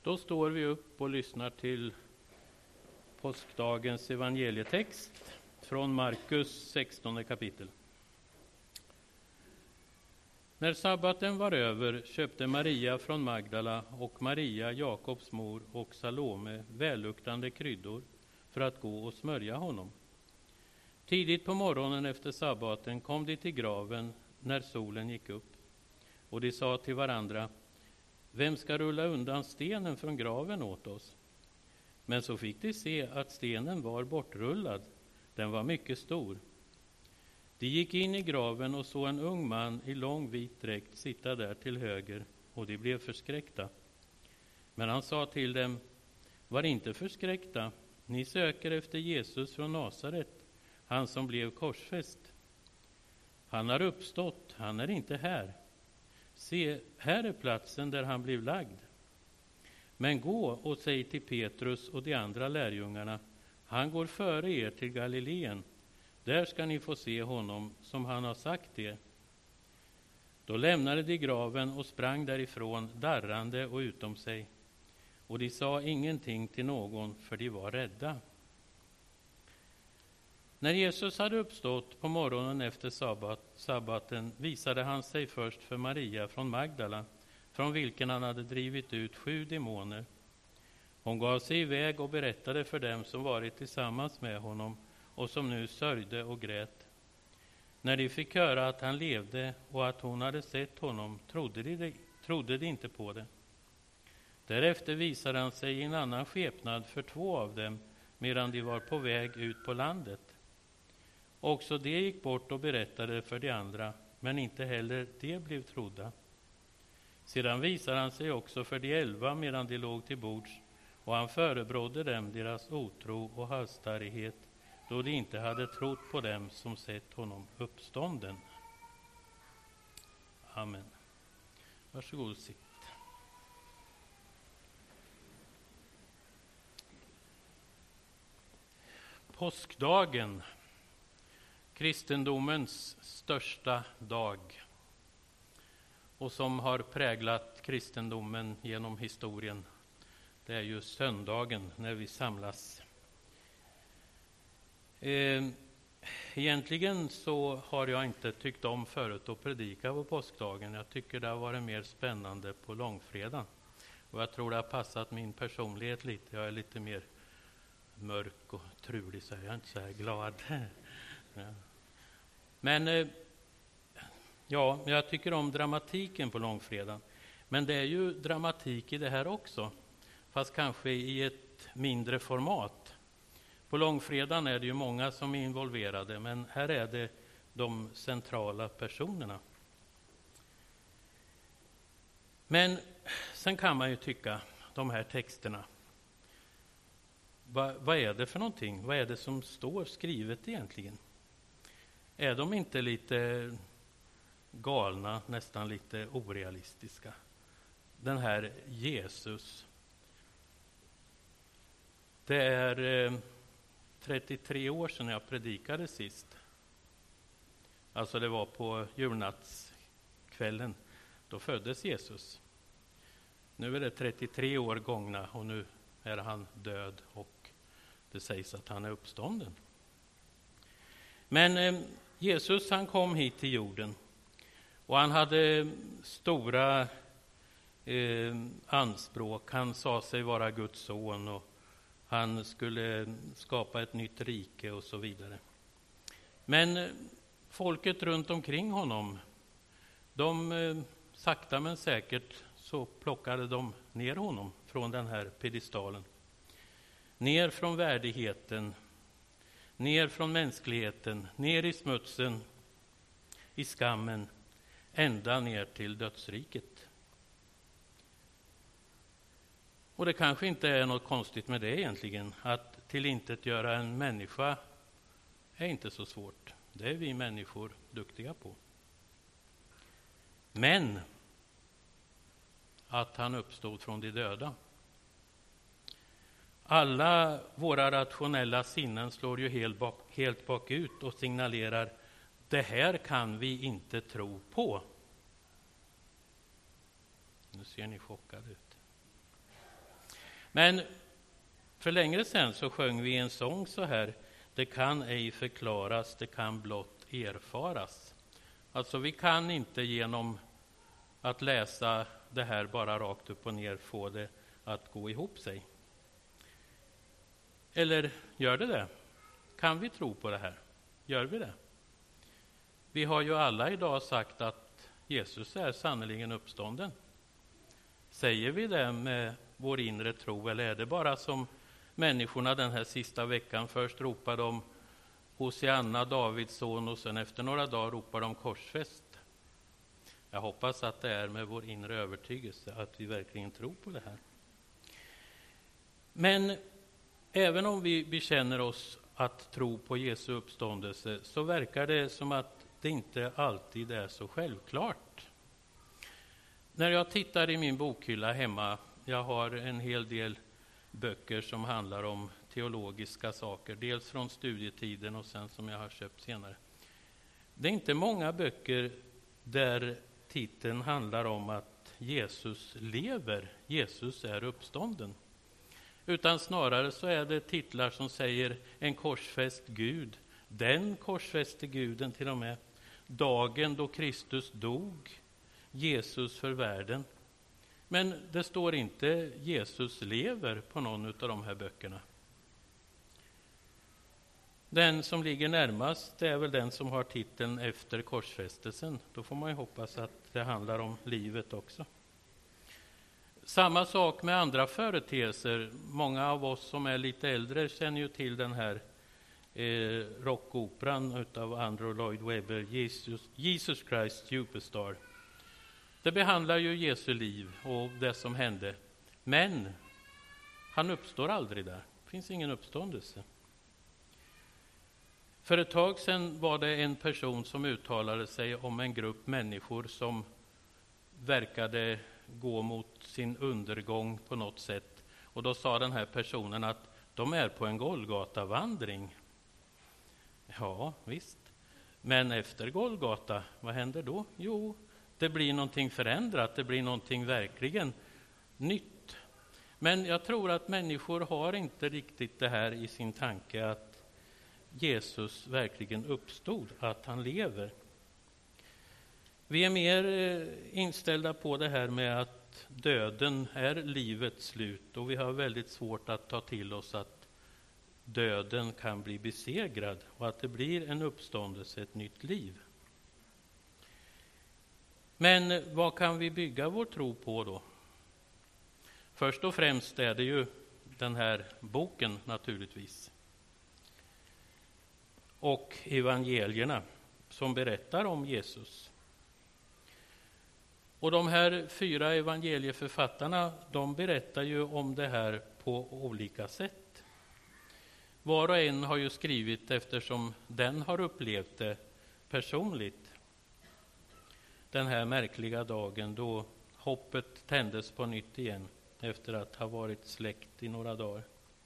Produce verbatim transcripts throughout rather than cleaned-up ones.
Då står vi upp och lyssnar till påskdagens evangelietext från Markus sextonde kapitel. När sabbaten var över köpte Maria från Magdala och Maria, Jakobs mor, och Salome välluktande kryddor för att gå och smörja honom. Tidigt på morgonen efter sabbaten kom de till graven när solen gick upp, och de sa till varandra: Vem ska rulla undan stenen från graven åt oss? Men så fick de se att stenen var bortrullad, den var mycket stor. De gick in i graven och såg en ung man i lång vit dräkt sitta där till höger, och de blev förskräckta. Men han sa till dem: Var inte förskräckta, ni söker efter Jesus från Nasaret, han som blev korsfäst. Han har uppstått, han är inte här. Se, här är platsen där han blev lagd. Men gå och säg till Petrus och de andra lärjungarna: han går före er till Galileen. Där ska ni få se honom som han har sagt er. Då lämnade de graven och sprang därifrån, darrande och utom sig. Och de sa ingenting till någon, för de var rädda. När Jesus hade uppstått på morgonen efter sabbat, sabbaten visade han sig först för Maria från Magdala, från vilken han hade drivit ut sju demoner. Hon gav sig iväg och berättade för dem som varit tillsammans med honom och som nu sörjde och grät. När de fick höra att han levde och att hon hade sett honom trodde de, trodde de inte på det. Därefter visade han sig i en annan skepnad för två av dem medan de var på väg ut på landet. Också de gick bort och berättade för de andra, men inte heller de blev trodda. Sedan visade han sig också för de elva medan de låg till bords, och han förebrådde dem deras otro och halsstarrighet, då de inte hade trott på dem som sett honom uppstånden. Amen. Varsågod och sitt. Påskdagen, kristendomens största dag, och som har präglat kristendomen genom historien, det är ju söndagen när vi samlas. Eh, egentligen så har jag inte tyckt om förut att predika på påskdagen. Jag tycker det har varit mer spännande på långfredagen. Och jag tror det har passat min personlighet lite. Jag är lite mer mörk och trulig, så jag är inte så här glad. Ja. Men eh, ja, jag tycker om dramatiken på långfredagen. Men det är ju dramatik i det här också, fast kanske i ett mindre format. På långfredagen är det ju många som är involverade, men här är det de centrala personerna. Men sen kan man ju tycka, de här texterna, vad, vad är det för någonting? Vad är det som står skrivet egentligen? Är de inte lite galna, nästan lite orealistiska? Den här Jesus. Det är eh, trettiotre år sedan jag predikade sist. Alltså det var på julnattskvällen. Då föddes Jesus. Nu är det trettiotre år gångna och nu är han död och det sägs att han är uppstånden. Men eh, Jesus, han kom hit till jorden och han hade stora eh, anspråk. Han sa sig vara Guds son och han skulle skapa ett nytt rike och så vidare. Men folket runt omkring honom, de eh, sakta men säkert så plockade de ner honom från den här pedestalen. Ner från värdigheten, ner från mänskligheten, ner i smutsen, i skammen, ända ner till dödsriket. Och det kanske inte är något konstigt med det egentligen. Att tillintetgöra en människa är inte så svårt. Det är vi människor duktiga på. Men att han uppstod från de döda. Alla våra rationella sinnen slår ju helt, bak, helt bakut och signalerar: det här kan vi inte tro på. Nu ser ni chockade ut. Men för längre sedan så sjöng vi en sång så här: det kan ej förklaras, det kan blott erfaras. Alltså vi kan inte genom att läsa det här bara rakt upp och ner få det att gå ihop sig. Eller gör det det? Kan vi tro på det här? Gör vi det? Vi har ju alla idag sagt att Jesus är sannoliken uppstånden. Säger vi det med vår inre tro, eller är det bara som människorna den här sista veckan först ropade om Hosianna, Davids son, och sen efter några dagar ropar de korsfäst? Jag hoppas att det är med vår inre övertygelse att vi verkligen tror på det här. Men även om vi bekänner oss att tro på Jesu uppståndelse, så verkar det som att det inte alltid är så självklart. När jag tittar i min bokhylla hemma, jag har en hel del böcker som handlar om teologiska saker, dels från studietiden och sen som jag har köpt senare. Det är inte många böcker där titeln handlar om att Jesus lever, Jesus är uppstånden. Utan snarare så är det titlar som säger en korsfäst Gud, den korsfäste guden till och med, dagen då Kristus dog, Jesus för världen. Men det står inte Jesus lever på någon av de här böckerna. Den som ligger närmast är väl den som har titeln efter korsfästelsen. Då får man ju hoppas att det handlar om livet också. Samma sak med andra företeelser. Många av oss som är lite äldre känner ju till den här eh, rockoperan utav Andrew Lloyd Webber, Jesus, Jesus Christ Superstar. Det behandlar ju Jesu liv och det som hände. Men han uppstår aldrig där. Det finns ingen uppståndelse. För ett tag sedan var det en person som uttalade sig om en grupp människor som verkade gå mot sin undergång på något sätt. Och då sa den här personen att de är på en Golgata-vandring. Ja, visst. Men efter Golgata, vad händer då? Jo, det blir någonting förändrat, det blir någonting verkligen nytt. Men jag tror att människor har inte riktigt det här i sin tanke att Jesus verkligen uppstod, att han lever. Vi är mer inställda på det här med att döden är livets slut, och vi har väldigt svårt att ta till oss att döden kan bli besegrad och att det blir en uppståndelse, ett nytt liv. Men vad kan vi bygga vår tro på då? Först och främst är det ju den här boken naturligtvis. Och evangelierna som berättar om Jesus. Och de här fyra evangelieförfattarna, de berättar ju om det här på olika sätt. Var och en har ju skrivit eftersom den har upplevt det personligt. Den här märkliga dagen då hoppet tändes på nytt igen efter att ha varit släckt i några dagar.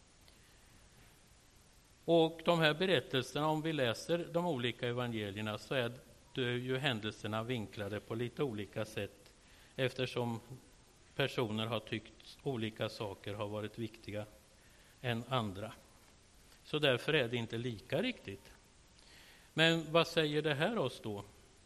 Och de här berättelserna, om vi läser de olika evangelierna, så är det ju händelserna vinklade på lite olika sätt, eftersom personer har tyckt olika saker har varit viktiga än andra. Så därför är det inte lika riktigt. Men vad säger det här oss då?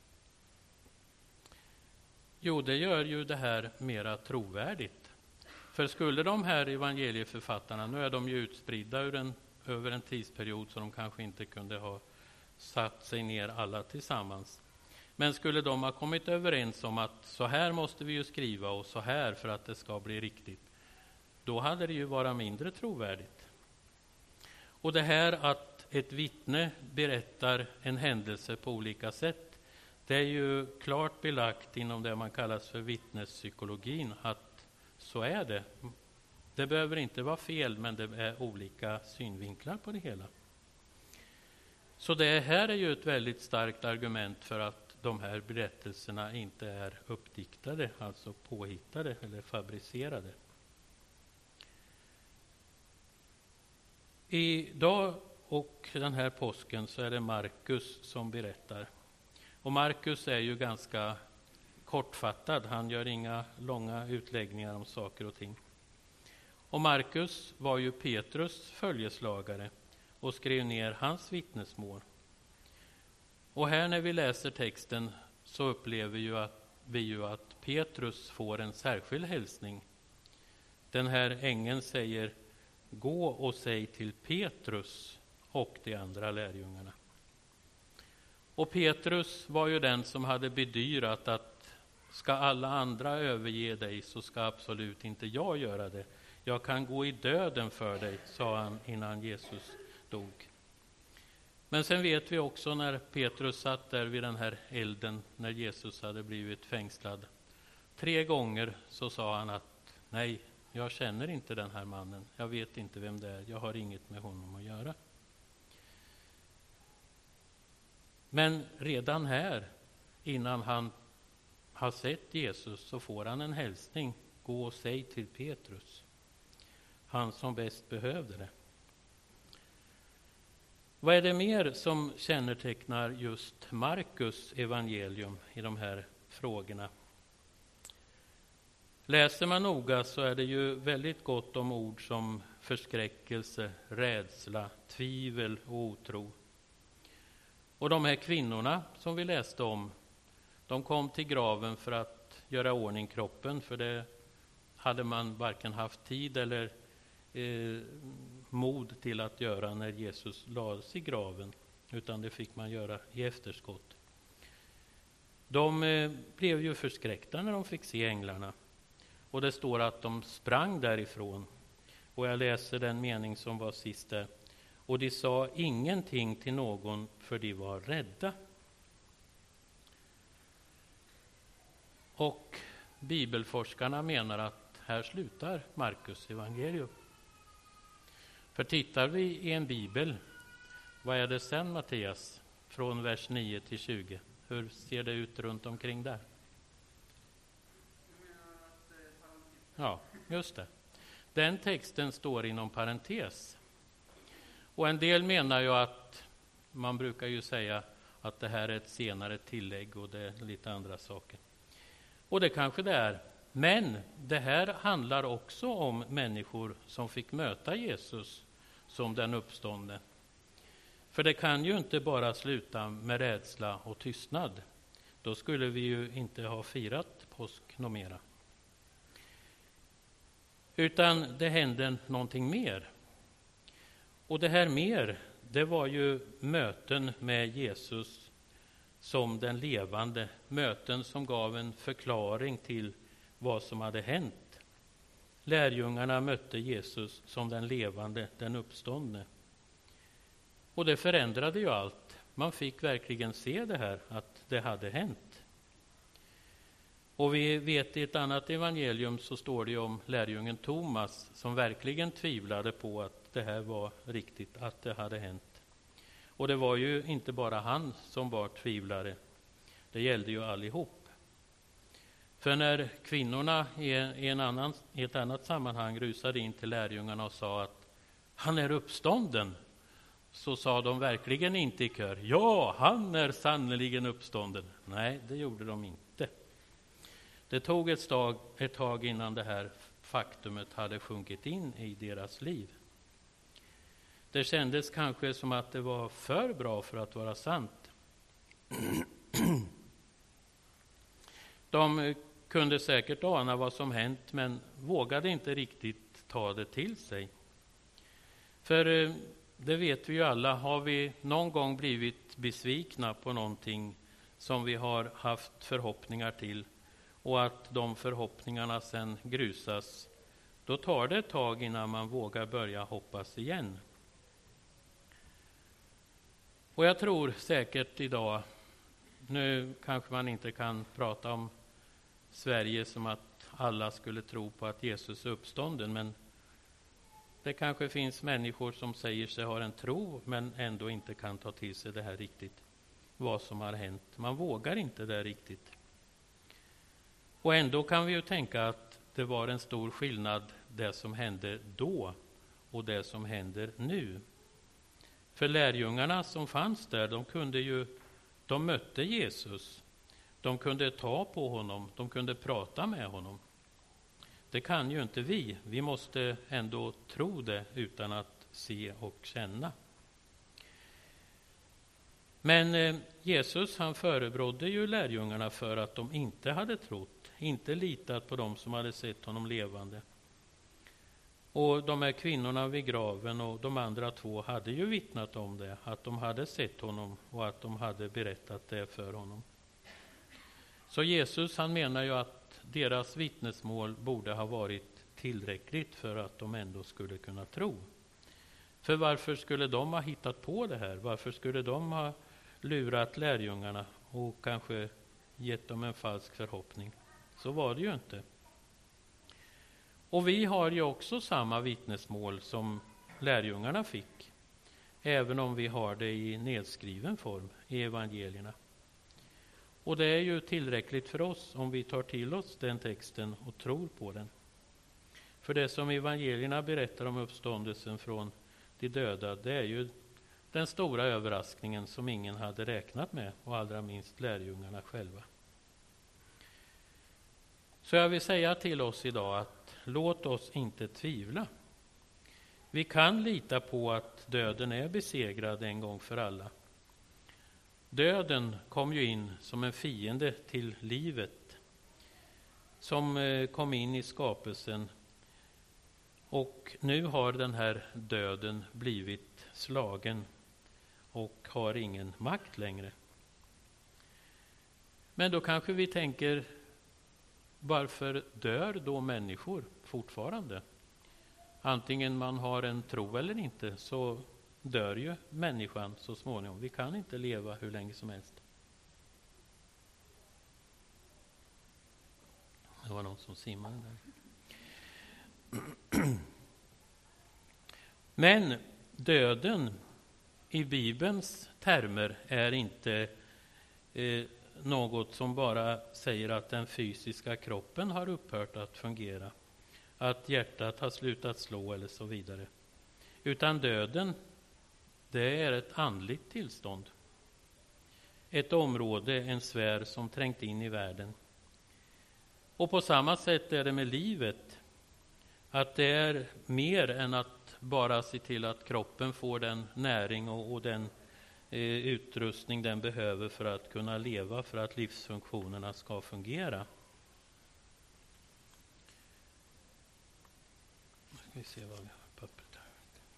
Jo, det gör ju det här mera trovärdigt. För skulle de här evangelieförfattarna, nu är de ju utspridda ur en, över en tidsperiod så de kanske inte kunde ha satt sig ner alla tillsammans. Men skulle de ha kommit överens om att så här måste vi ju skriva och så här för att det ska bli riktigt, då hade det ju varit mindre trovärdigt. Och det här att ett vittne berättar en händelse på olika sätt, det är ju klart belagt inom det man kallas för vittnespsykologin att så är det. Det behöver inte vara fel, men det är olika synvinklar på det hela. Så det här är ju ett väldigt starkt argument för att de här berättelserna inte är uppdiktade, alltså påhittade eller fabricerade. Idag och den här påsken så är det Markus som berättar. Och Markus är ju ganska kortfattad, han gör inga långa utläggningar om saker och ting. Och Markus var ju Petrus följeslagare och skrev ner hans vittnesmål. Och här när vi läser texten så upplever ju att, vi ju att Petrus får en särskild hälsning. Den här ängeln säger: gå och säg till Petrus och de andra lärjungarna. Och Petrus var ju den som hade bedyrat att ska alla andra överge dig så ska absolut inte jag göra det. Jag kan gå i döden för dig, sa han innan Jesus dog. Men sen vet vi också när Petrus satt där vid den här elden när Jesus hade blivit fängslad. Tre gånger så sa han att nej, jag känner inte den här mannen. Jag vet inte vem det är. Jag har inget med honom att göra. Men redan här, innan han har sett Jesus, så får han en hälsning. Gå och säg till Petrus. Han som bäst behövde det. Vad är det mer som kännetecknar just Markus evangelium i de här frågorna? Läser man noga så är det ju väldigt gott om ord som förskräckelse, rädsla, tvivel och otro. Och de här kvinnorna som vi läste om, de kom till graven för att göra ordning kroppen, för det hade man varken haft tid eller eh, mod till att göra när Jesus lades i graven, utan det fick man göra i efterskott. De eh, blev ju förskräckta när de fick se änglarna. Och det står att de sprang därifrån. Och jag läser den mening som var sist där. Och de sa ingenting till någon, för de var rädda. Och bibelforskarna menar att här slutar Markus evangelium. För tittar vi i en bibel, vad är det sen, Mattias? Från vers nio till tjugo. Hur ser det ut runt omkring där? Ja, just det. Den texten står inom parentes. Och en del menar ju att, man brukar ju säga att det här är ett senare tillägg och det är lite andra saker. Och det kanske det är. Men det här handlar också om människor som fick möta Jesus som den uppståndne. För det kan ju inte bara sluta med rädsla och tystnad. Då skulle vi ju inte ha firat påsk något mera. Utan det hände någonting mer. Och det här mer, det var ju möten med Jesus som den levande. Möten som gav en förklaring till vad som hade hänt. Lärjungarna mötte Jesus som den levande, den uppståndne. Och det förändrade ju allt. Man fick verkligen se det här, att det hade hänt. Och vi vet i ett annat evangelium så står det ju om lärjungen Thomas som verkligen tvivlade på att det här var riktigt, att det hade hänt. Och det var ju inte bara han som var tvivlare. Det gällde ju allihop. För när kvinnorna i, en annan, i ett annat sammanhang rusade in till lärjungarna och sa att han är uppstånden, så sa de verkligen inte i kör, ja, han är sannoliken uppstånden. Nej, det gjorde de inte. Det tog ett tag, ett tag innan det här faktumet hade sjunkit in i deras liv. Det kändes kanske som att det var för bra för att vara sant. De kunde säkert ana vad som hänt, men vågade inte riktigt ta det till sig. För det vet vi ju alla, har vi någon gång blivit besvikna på någonting som vi har haft förhoppningar till, och att de förhoppningarna sen grusas, då tar det ett tag innan man vågar börja hoppas igen. Och jag tror säkert idag, nu kanske man inte kan prata om Sverige som att alla skulle tro på att Jesus är uppstånden, men det kanske finns människor som säger sig ha en tro men ändå inte kan ta till sig det här riktigt, vad som har hänt. Man vågar inte det riktigt. Och ändå kan vi ju tänka att det var en stor skillnad det som hände då och det som händer nu. För lärjungarna som fanns där, de kunde ju, de mötte Jesus. De kunde ta på honom, de kunde prata med honom. Det kan ju inte vi. Vi måste ändå tro det utan att se och känna. Men Jesus han förebrådde ju lärjungarna för att de inte hade trott, inte litat på dem som hade sett honom levande. Och de här kvinnorna vid graven och de andra två hade ju vittnat om det, att de hade sett honom och att de hade berättat det för honom. Så Jesus han menar ju att deras vittnesmål borde ha varit tillräckligt för att de ändå skulle kunna tro. För varför skulle de ha hittat på det här? Varför skulle de ha lurat lärjungarna och kanske gett dem en falsk förhoppning? Så var det ju inte. Och vi har ju också samma vittnesmål som lärjungarna fick, även om vi har det i nedskriven form i evangelierna. Och det är ju tillräckligt för oss om vi tar till oss den texten och tror på den. För det som evangelierna berättar om uppståndelsen från de döda, det är ju den stora överraskningen som ingen hade räknat med, och allra minst lärjungarna själva. Så jag vill säga till oss idag att låt oss inte tvivla. Vi kan lita på att döden är besegrad en gång för alla. Döden kom ju in som en fiende till livet, som kom in i skapelsen. Och nu har den här döden blivit slagen och har ingen makt längre. Men då kanske vi tänker, varför dör då människor fortfarande? Antingen man har en tro eller inte, så dör ju människan så småningom. Vi kan inte leva hur länge som helst. Det var någon som simmade där. Men döden i Bibelns termer är inte eh, något som bara säger att den fysiska kroppen har upphört att fungera, att hjärtat har slutat slå eller så vidare. Utan döden, det är ett andligt tillstånd. Ett område, en sfär som trängt in i världen. Och på samma sätt är det med livet. Att det är mer än att bara se till att kroppen får den näring och, och den eh, utrustning den behöver för att kunna leva, för att livsfunktionerna ska fungera. Nu ska vi se vad vi har på pappret här.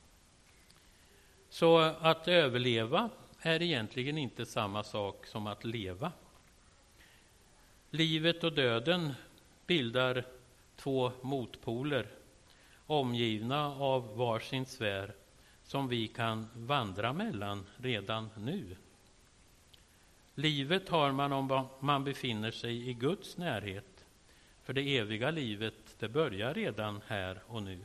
Så att överleva är egentligen inte samma sak som att leva. Livet och döden bildar två motpoler, omgivna av varsin sfär, som vi kan vandra mellan redan nu. Livet har man om man befinner sig i Guds närhet, för det eviga livet, det börjar redan här och nu.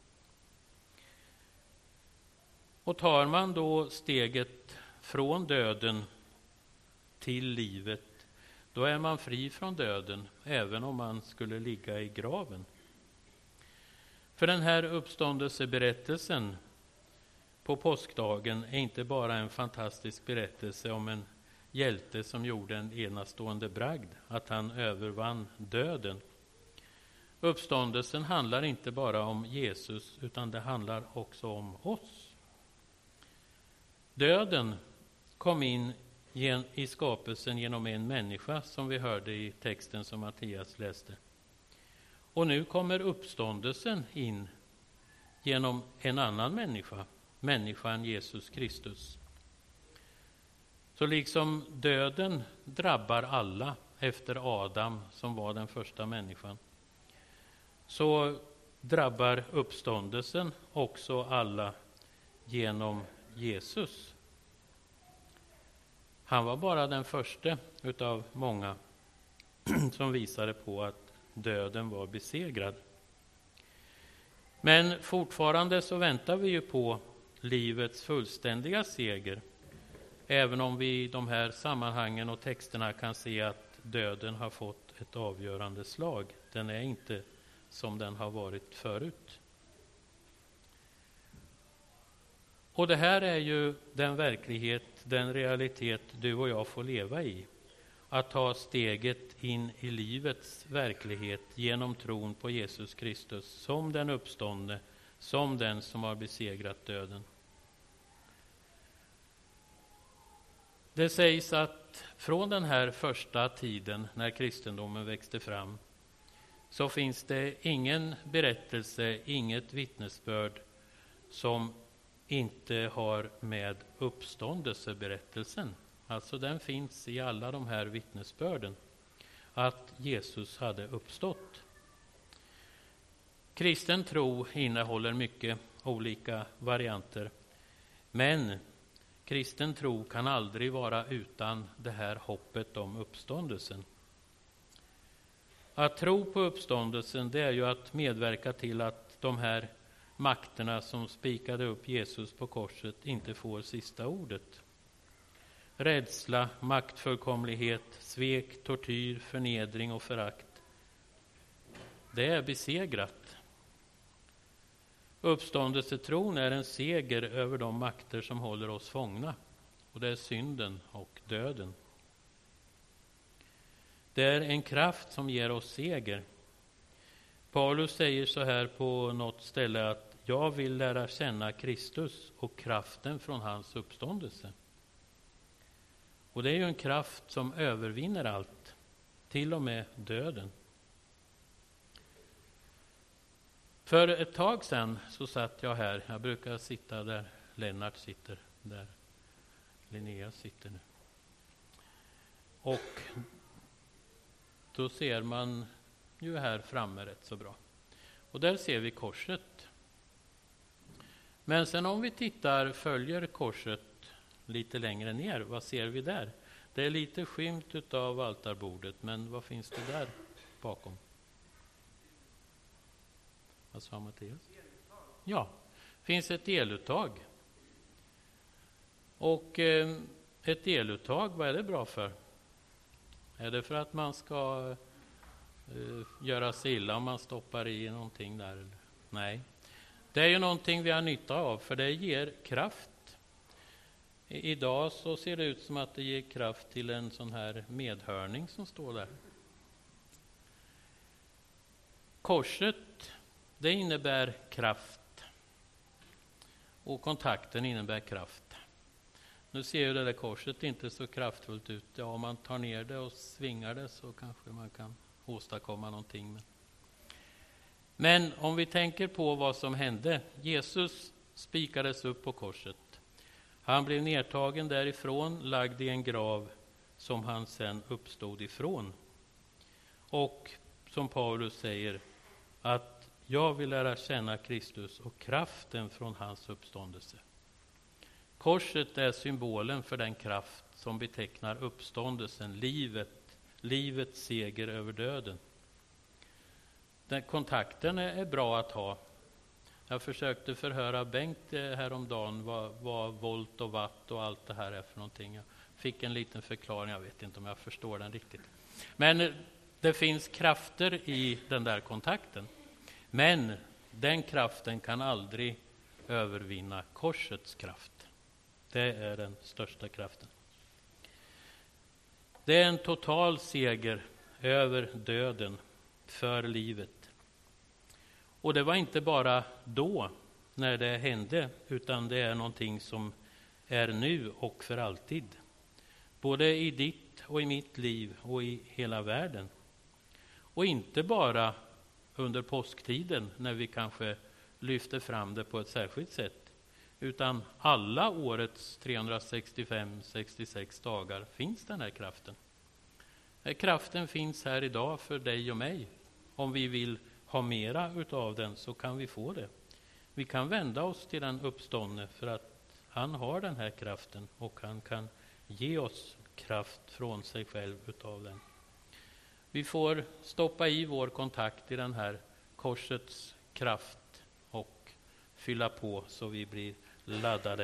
Och tar man då steget från döden till livet, då är man fri från döden, även om man skulle ligga i graven. För den här uppståndelseberättelsen på påskdagen är inte bara en fantastisk berättelse om en hjälte som gjorde en enastående bragd, att han övervann döden. Uppståndelsen handlar inte bara om Jesus, utan det handlar också om oss. Döden kom in i skapelsen genom en människa, som vi hörde i texten som Mattias läste. Och nu kommer uppståndelsen in genom en annan människa, människan Jesus Kristus. Så liksom döden drabbar alla efter Adam, som var den första människan, så drabbar uppståndelsen också alla genom Jesus. Han var bara den första utav många som visade på att döden var besegrad. Men fortfarande så väntar vi ju på livets fullständiga seger, även om vi i de här sammanhangen och texterna kan se att döden har fått ett avgörande slag. Den är inte som den har varit förut. Och det här är ju den verklighet, den realitet du och jag får leva i. att ta steget in i livets verklighet genom tron på Jesus Kristus som den uppståndne, som den som har besegrat döden. Det sägs att från den här första tiden när kristendomen växte fram så finns det ingen berättelse, inget vittnesbörd som inte har med uppståndelseberättelsen. Alltså den finns i alla de här vittnesbörden att Jesus hade uppstått. Kristen tro innehåller mycket olika varianter, men kristen tro kan aldrig vara utan det här hoppet om uppståndelsen. Att tro på uppståndelsen, det är ju att medverka till att de här makterna som spikade upp Jesus på korset inte får sista ordet. Rädsla, maktfullkomlighet, svek, tortyr, förnedring och förakt. Det är besegrat. Uppståndelsetron är en seger över de makter som håller oss fångna. Och det är synden och döden. Det är en kraft som ger oss seger. Paulus säger så här på något ställe att jag vill lära känna Kristus och kraften från hans uppståndelse. Och det är ju en kraft som övervinner allt, till och med döden. För ett tag sedan så satt jag här, jag brukar sitta där Lennart sitter, där Linnea sitter nu. Och då ser man ju här framme rätt så bra. Och där ser vi korset. Men sen om vi tittar, följer korset lite längre ner, vad ser vi där? Det är lite skymt av altarbordet, men vad finns det där bakom? Vad sa Mattias? Ja, finns ett eluttag. Och eh, ett eluttag, vad är det bra för? Är det för att man ska eh, göra sig illa om man stoppar i någonting där? Eller? Nej, det är ju någonting vi har nytta av, för det ger kraft. I, idag så ser det ut som att det ger kraft till en sån här medhörning som står där. Korset, det innebär kraft. Och kontakten innebär kraft. Nu ser ju det där korset inte så kraftfullt ut. Ja, om man tar ner det och svingar det så kanske man kan åstadkomma någonting. Men, men om vi tänker på vad som hände. Jesus spikades upp på korset. Han blev nedtagen därifrån, lagd i en grav som han sen uppstod ifrån. Och som Paulus säger, att jag vill lära känna Kristus och kraften från hans uppståndelse. Korset är symbolen för den kraft som betecknar uppståndelsen, livet, livets seger över döden. Den kontakten är bra att ha. Jag försökte förhöra Bengt häromdagen vad, vad volt och watt och allt det här är för någonting. Jag fick en liten förklaring, jag vet inte om jag förstår den riktigt. Men det finns krafter i den där kontakten. Men den kraften kan aldrig övervinna korsets kraft. Det är den största kraften. Det är en total seger över döden för livet. Och det var inte bara då när det hände, utan det är någonting som är nu och för alltid. Både i ditt och i mitt liv och i hela världen. Och inte bara under påsktiden när vi kanske lyfter fram det på ett särskilt sätt. Utan alla årets trehundrasextiofem sextiosex dagar finns den här kraften. Kraften finns här idag för dig och mig. Om vi vill ha mera utav den så kan vi få det. Vi kan vända oss till den uppståndne för att han har den här kraften och han kan ge oss kraft från sig själv utav den. Vi får stoppa i vår kontakt i den här korsets kraft och fylla på så vi blir laddade.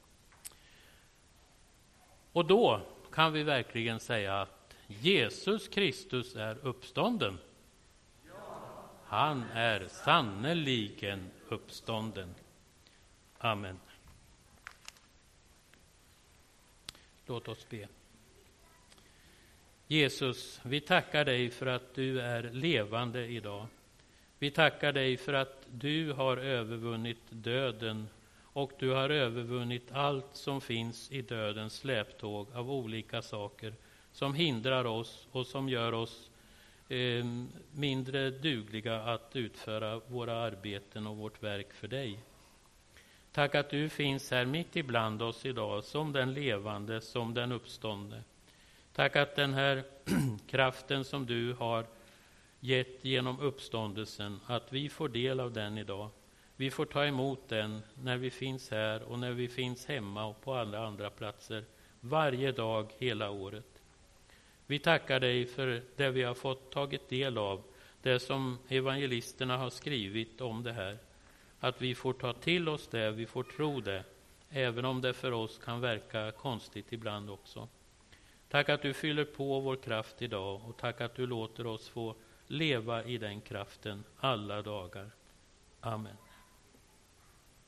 Och då kan vi verkligen säga att Jesus Kristus är uppstånden. Han är sannoliken uppstånden. Amen. Låt oss be. Jesus, vi tackar dig för att du är levande idag. Vi tackar dig för att du har övervunnit döden och du har övervunnit allt som finns i dödens släptåg av olika saker som hindrar oss och som gör oss eh, mindre dugliga att utföra våra arbeten och vårt verk för dig. Tack att du finns här mitt ibland oss idag som den levande, som den uppståndne. Tack att den här kraften som du har gett genom uppståndelsen, att vi får del av den idag. Vi får ta emot den när vi finns här och när vi finns hemma och på alla andra platser, varje dag hela året. Vi tackar dig för det vi har fått tagit del av, det som evangelisterna har skrivit om det här. Att vi får ta till oss det, vi får tro det, även om det för oss kan verka konstigt ibland också. Tack att du fyller på vår kraft idag och tack att du låter oss få leva i den kraften alla dagar. Amen.